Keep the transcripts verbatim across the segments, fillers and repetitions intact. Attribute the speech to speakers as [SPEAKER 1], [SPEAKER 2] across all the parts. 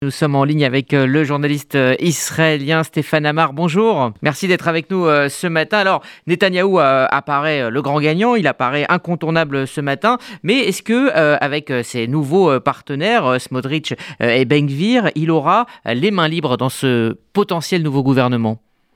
[SPEAKER 1] Nous sommes en ligne avec euh, le journaliste euh, israélien Stéphane Amar. Bonjour, merci d'être avec nous euh, ce matin. Alors, Netanyahou euh, apparaît euh, le grand gagnant, il apparaît incontournable ce matin, mais est-ce que euh, avec euh, ses nouveaux euh, partenaires, euh, Smotrich euh, et Ben Gvir, il aura euh, les mains libres dans ce potentiel nouveau gouvernement ?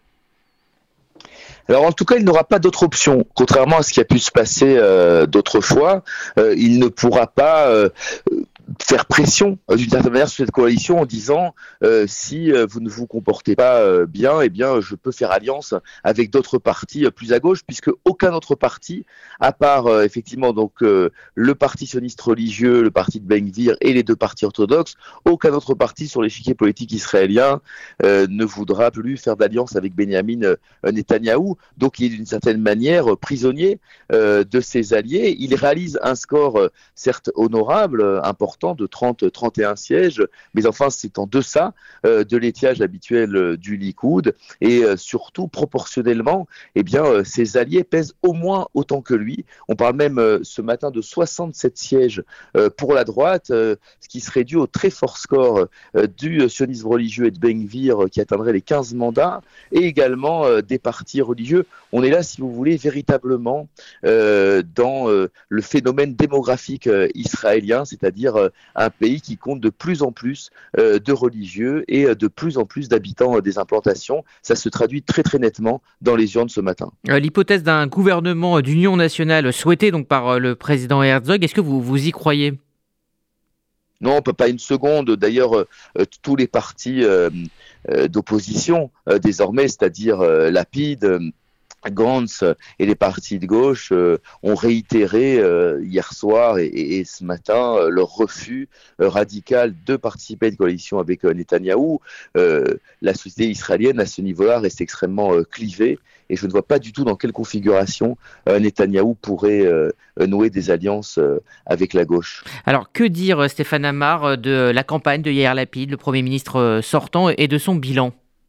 [SPEAKER 2] Alors en tout cas, il n'aura pas d'autre option. Contrairement à ce qui a pu se passer euh, d'autres fois, euh, il ne pourra pas euh, faire pression euh, d'une certaine manière sur cette coalition en disant euh, si euh, vous ne vous comportez pas euh, bien, eh bien je peux faire alliance avec d'autres partis euh, plus à gauche, puisque aucun autre parti, à part euh, effectivement donc euh, le parti sioniste religieux, le parti de Ben Gvir et les deux partis orthodoxes, aucun autre parti sur l'échiquier politique israélien euh, ne voudra plus faire d'alliance avec Benjamin euh, Netanyahou. Donc il est d'une certaine manière euh, prisonnier euh, de ses alliés. Il réalise un score euh, certes honorable, euh, important, de trente à trente et un sièges, mais enfin c'est en deçà euh, de l'étiage habituel euh, du Likoud, et euh, surtout proportionnellement, eh bien euh, ses alliés pèsent au moins autant que lui. On parle même euh, ce matin de soixante-sept sièges euh, pour la droite, euh, ce qui serait dû au très fort score euh, du sionisme religieux et de Ben Gvir euh, qui atteindrait les quinze mandats, et également euh, des partis religieux. On est là, si vous voulez, véritablement euh, dans euh, le phénomène démographique euh, israélien, c'est-à-dire euh, un pays qui compte de plus en plus euh, de religieux et euh, de plus en plus d'habitants euh, des implantations. Ça se traduit très très nettement dans les urnes ce matin.
[SPEAKER 1] Euh, L'hypothèse d'un gouvernement d'union nationale souhaité donc par euh, le président Herzog, est-ce que vous, vous y croyez ?
[SPEAKER 2] Non, pas une seconde. D'ailleurs, euh, tous les partis euh, euh, d'opposition euh, désormais, c'est-à-dire euh, Lapid, euh, Gantz et les partis de gauche euh, ont réitéré euh, hier soir et, et, et ce matin euh, leur refus euh, radical de participer à une coalition avec euh, Netanyahou. Euh, la société israélienne à ce niveau-là reste extrêmement euh, clivée, et je ne vois pas du tout dans quelle configuration euh, Netanyahou pourrait euh, nouer des alliances euh, avec la gauche.
[SPEAKER 1] Alors que dire, Stéphane Amar, de la campagne de Yair Lapid, le Premier ministre sortant, et de son bilan ?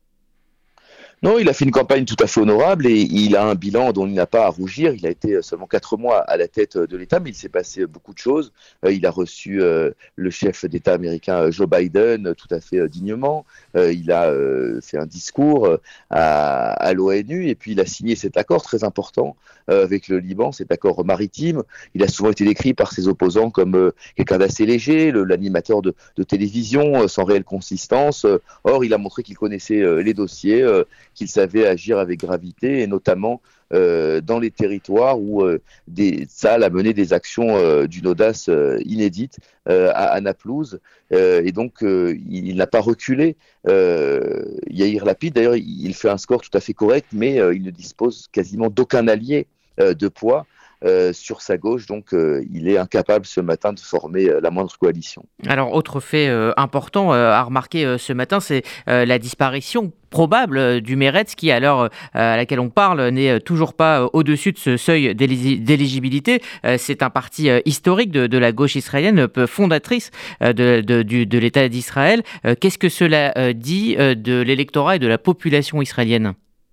[SPEAKER 2] Non, il a fait une campagne tout à fait honorable et il a un bilan dont il n'a pas à rougir. Il a été seulement quatre mois à la tête de l'État, mais il s'est passé beaucoup de choses. Il a reçu le chef d'État américain Joe Biden tout à fait dignement. Il a fait un discours à, à l'ONU et puis il a signé cet accord très important avec le Liban, cet accord maritime. Il a souvent été décrit par ses opposants comme quelqu'un d'assez léger, l'animateur de, de télévision sans réelle consistance. Or, il a montré qu'il connaissait les dossiers, qu'il savait agir avec gravité, et notamment euh, dans les territoires où euh, des, ça a mené des actions euh, d'une audace euh, inédite euh, à, à Naplouse. Euh, et donc, euh, il, il n'a pas reculé. Euh, Yair Lapid, d'ailleurs, il fait un score tout à fait correct, mais euh, il ne dispose quasiment d'aucun allié euh, de poids Euh, sur sa gauche, donc euh, il est incapable ce matin de former euh, la moindre coalition.
[SPEAKER 1] Alors, autre fait euh, important euh, à remarquer euh, ce matin, c'est euh, la disparition probable euh, du Meretz qui, à l'heure euh, à laquelle on parle, n'est euh, toujours pas euh, au-dessus de ce seuil d'éli- d'éligibilité. Euh, c'est un parti euh, historique de, de la gauche israélienne, euh, fondatrice euh, de, de, du, de l'État d'Israël. Euh, qu'est-ce que cela euh, dit euh, de l'électorat et de la population israélienne ?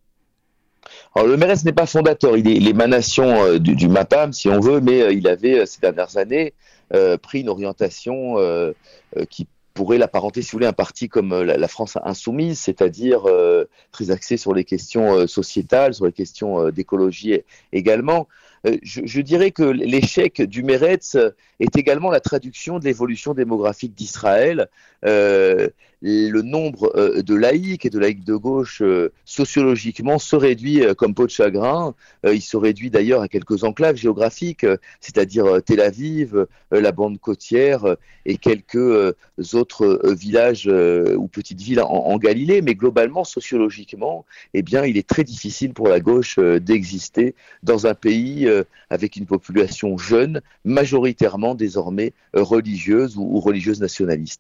[SPEAKER 2] Alors le Meretz n'est pas fondateur, il est l'émanation euh, du, du MAPAM si on veut, mais euh, il avait euh, ces dernières années euh, pris une orientation euh, euh, qui pourrait l'apparenter, si vous voulez, un parti comme euh, la, la France insoumise, c'est-à-dire euh, très axé sur les questions euh, sociétales, sur les questions euh, d'écologie également. Euh, je, je dirais que l'échec du Meretz est également la traduction de l'évolution démographique d'Israël. Euh, le nombre euh, de laïcs et de laïcs de gauche euh, sociologiquement se réduit euh, comme peau de chagrin. Euh, il se réduit d'ailleurs à quelques enclaves géographiques, euh, c'est-à-dire euh, Tel Aviv, euh, la bande côtière euh, et quelques euh, autres euh, villages euh, ou petites villes en, en Galilée. Mais globalement, sociologiquement, eh bien, il est très difficile pour la gauche euh, d'exister dans un pays euh, avec une population jeune, majoritairement désormais euh, religieuse ou, ou religieuse nationaliste.